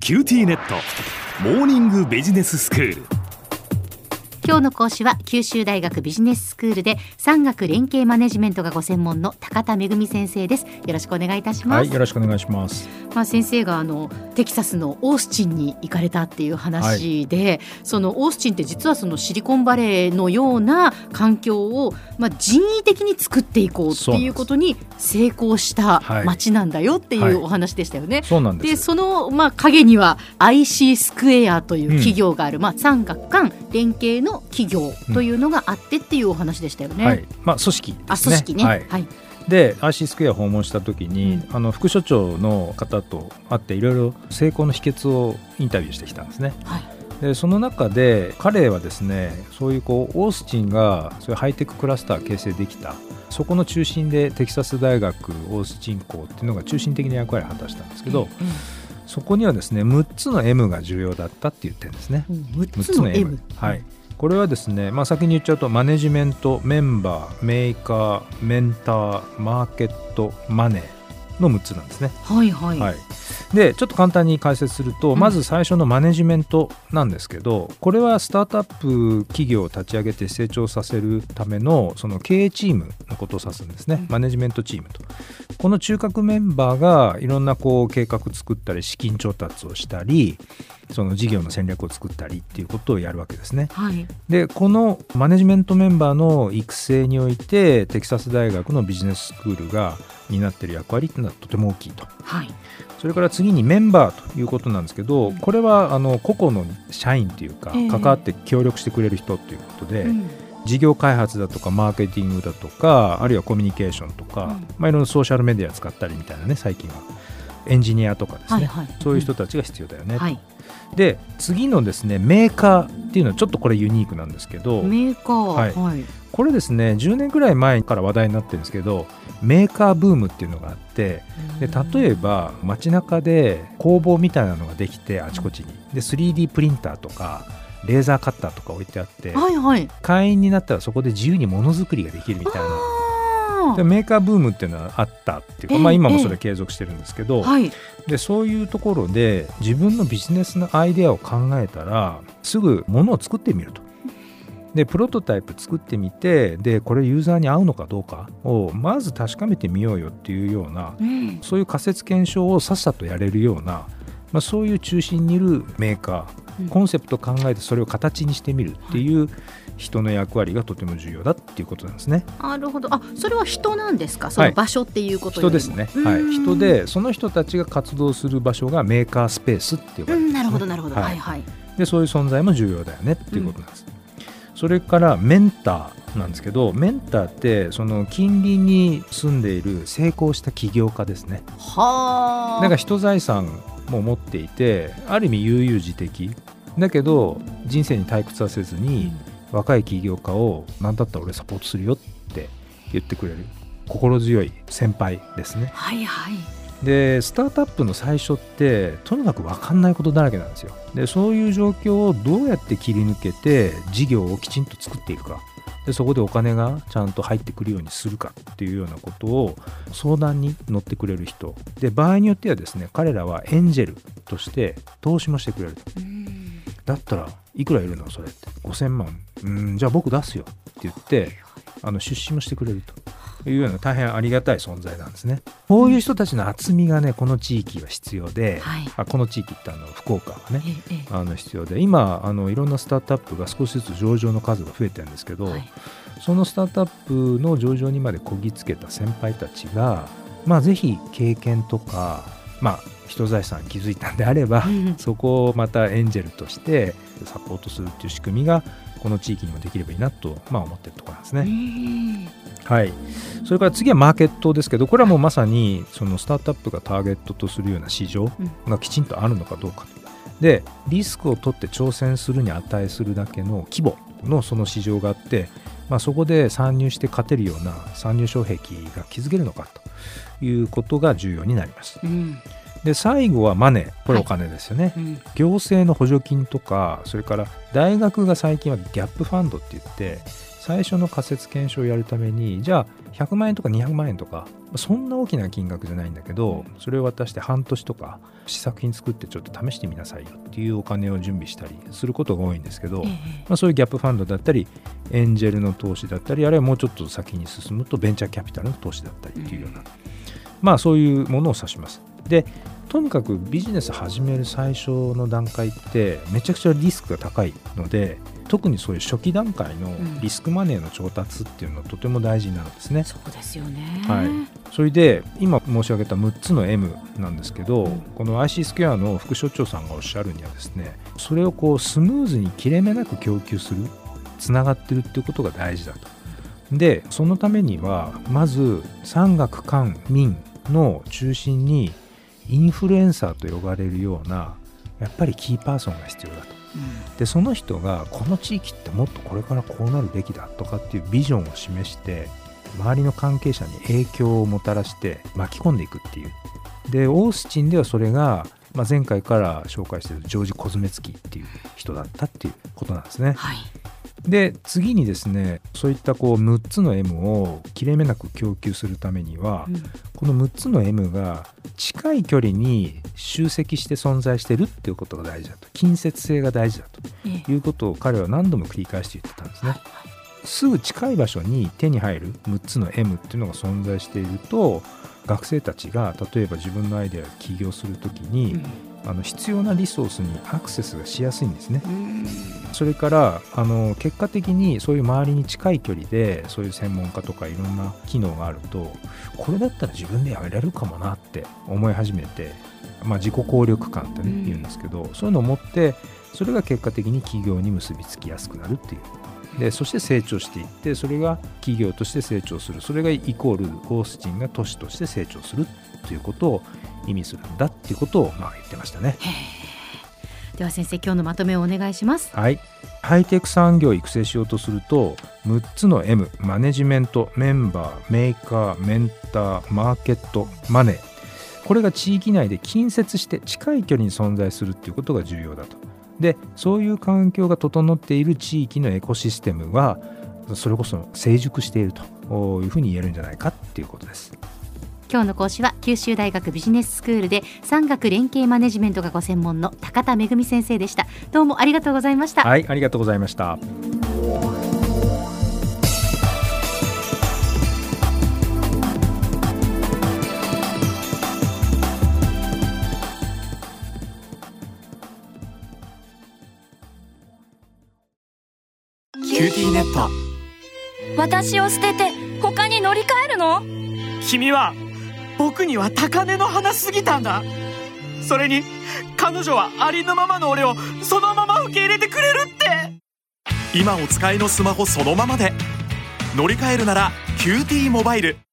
キューティーネットモーニングビジネススクール。 今日の講師は九州大学ビジネススクールで産学連携マネジメントがご専門の高田恵先生です。よろしくお願いいたします。 はい、よろしくお願いします。 先生がテキサスのオースチンに行かれたっていう話で、そのオースチンって実はそのシリコンバレーのような環境を、人為的に作っていこうっていうことに成功した街なんだよっていうお話でしたよね。 そうなんです。 でその、陰には IC スクエアという企業がある、産学官連携の企業というのがあってっていうお話でしたよね。 組織ですね。 組織ね。 で IC スクエア訪問した時に、副所長の方と会っていろいろ成功の秘訣をインタビューしてきたんですね。でその中で彼はですね、そういうオースチンがそういうハイテククラスター形成できた、そこの中心でテキサス大学オースチン校っていうのが中心的な役割を果たしたんですけど、そこにはですね6つの M が重要だったって言ってるんですね。 6つの M。 これはですね、先に言っちゃうとマネジメント、メンバー、メーカー、メンター、マーケット、マネーの6つなんですね。でちょっと簡単に解説すると、まず最初のマネジメントなんですけど、これはスタートアップ企業を立ち上げて成長させるためのその経営チームのことを指すんですね。マネジメントチームと、この中核メンバーがいろんな計画作ったり資金調達をしたり、その事業の戦略を作ったりっていうことをやるわけですね。でこのマネジメントメンバーの育成においてテキサス大学のビジネススクールが担っている役割っていうのはとても大きいと。それから次にメンバーということなんですけど、これは個々の社員というか関わって協力してくれる人ということで、事業開発だとかマーケティングだとか、あるいはコミュニケーションとか、いろいろソーシャルメディア使ったりみたいなね、最近はエンジニアとかですね、そういう人たちが必要だよね。で次のですねメーカーっていうのはちょっとこれユニークなんですけど、 メーカー、 これですね10年ぐらい前から話題になってるんですけど、メーカーブームっていうのがあって、で例えば街中で工房みたいなのができてあちこちにで 3D プリンターとかレーザーカッターとか置いてあって、会員になったらそこで自由にものづくりができるみたいなでメーカーブームっていうのはあったっていうか、今もそれ継続してるんですけど、でそういうところで自分のビジネスのアイデアを考えたらすぐものを作ってみると。でプロトタイプ作ってみて、でこれユーザーに合うのかどうかをまず確かめてみようよっていうような、そういう仮説検証をさっさとやれるような、そういう中心にいるメーカー、コンセプトを考えてそれを形にしてみるっていう人の役割がとても重要だっていうことなんですね。 なるほど。それは人なんですか、その場所っていうことよりも。 人ですね。人で、その人たちが活動する場所がメーカースペースって呼ばれてるんですね。なるほど。でそういう存在も重要だよねっていうことなんです。それからメンターなんですけど、メンターってその近隣に住んでいる成功した起業家ですね。なんか人財産も持っていて、ある意味悠々自適だけど人生に退屈はせずに、若い起業家を何だったら俺サポートするよって言ってくれる心強い先輩ですね。でスタートアップの最初ってとにかく分かんないことだらけなんですよ。でそういう状況をどうやって切り抜けて事業をきちんと作っていくか、でそこでお金がちゃんと入ってくるようにするかっていうようなことを相談に乗ってくれる人で、場合によってはですね、彼らはエンジェルとして投資もしてくれると。だったらいくらいるのそれって5000万、じゃあ僕出すよって言って出資もしてくれるというような大変ありがたい存在なんですね。こういう人たちの厚みがね、この地域は必要で、この地域って福岡はね、必要で、今いろんなスタートアップが少しずつ上場の数が増えてるんですけど、そのスタートアップの上場にまでこぎつけた先輩たちが、ぜひ経験とか、人財産気づいたんであれば、そこをまたエンジェルとしてサポートするっていう仕組みがこの地域にもできればいいなと、思っているところなんですね。それから次はマーケットですけど、これはもうまさにそのスタートアップがターゲットとするような市場がきちんとあるのかどうかで、リスクを取って挑戦するに値するだけの規模のその市場があって、そこで参入して勝てるような参入障壁が築けるのかということが重要になります。で最後はマネー、これお金ですよね。行政の補助金とか、それから大学が最近はギャップファンドって言って最初の仮説検証をやるために、じゃあ100万円とか200万円とかそんな大きな金額じゃないんだけど、それを渡して半年とか試作品作ってちょっと試してみなさいよっていうお金を準備したりすることが多いんですけど、そういうギャップファンドだったりエンジェルの投資だったり、あるいはもうちょっと先に進むとベンチャーキャピタルの投資だったりっていうような、そういうものを指します。でとにかくビジネス始める最初の段階ってめちゃくちゃリスクが高いので、特にそういう初期段階のリスクマネーの調達っていうのはとても大事になるんですね。 そうですよね。 それで今申し上げた6つの M なんですけど、この IC スクエアの副所長さんがおっしゃるにはですね、それをこうスムーズに切れ目なく供給する、つながってるっていうことが大事だと。でそのためにはまず産学官民の中心にインフルエンサーと呼ばれるようなやっぱりキーパーソンが必要だと。でその人がこの地域ってもっとこれからこうなるべきだとかっていうビジョンを示して、周りの関係者に影響をもたらして巻き込んでいくっていう。でオースチンではそれが、前回から紹介しているジョージ・コズメツキーっていう人だったっていうことなんですね。で次にですね、そういったこう6つの M を切れ目なく供給するためには、この6つの M が近い距離に集積して存在してるっていうことが大事だと、近接性が大事だということを彼は何度も繰り返して言ってたんですね。すぐ近い場所に手に入る6つの M っていうのが存在していると、学生たちが例えば自分のアイデアを起業するときに、必要なリソースにアクセスがしやすいんですね。それから結果的にそういう周りに近い距離でそういう専門家とかいろんな機能があると、これだったら自分でやめられるかもなって思い始めて、自己効力感ってね言うんですけど、そういうのを持って、それが結果的に企業に結びつきやすくなるっていう。でそして成長していって、それが企業として成長する、それがイコールオースチンが都市として成長するということを意味するんだっていうことを言ってましたね。 では先生、今日のまとめをお願いします。 ハイテク産業を育成しようとすると、6つの M、 マネジメント、メンバー、メーカー、メンター、マーケット、マネー、これが地域内で近接して近い距離に存在するっていうことが重要だと。でそういう環境が整っている地域のエコシステムはそれこそ成熟しているというふうに言えるんじゃないかっていうことです。 今日の講師は九州大学ビジネススクールで産学連携マネジメントがご専門の高田恵先生でした。どうもありがとうございました。 はい、ありがとうございました。 キューティーネット。 私を捨てて他に乗り換えるの？ 君は僕には高嶺の花すぎたんだ。それに彼女はありのままの俺をそのまま受け入れてくれるって。 今お使いのスマホそのままで乗り換えるならキューティーモバイル。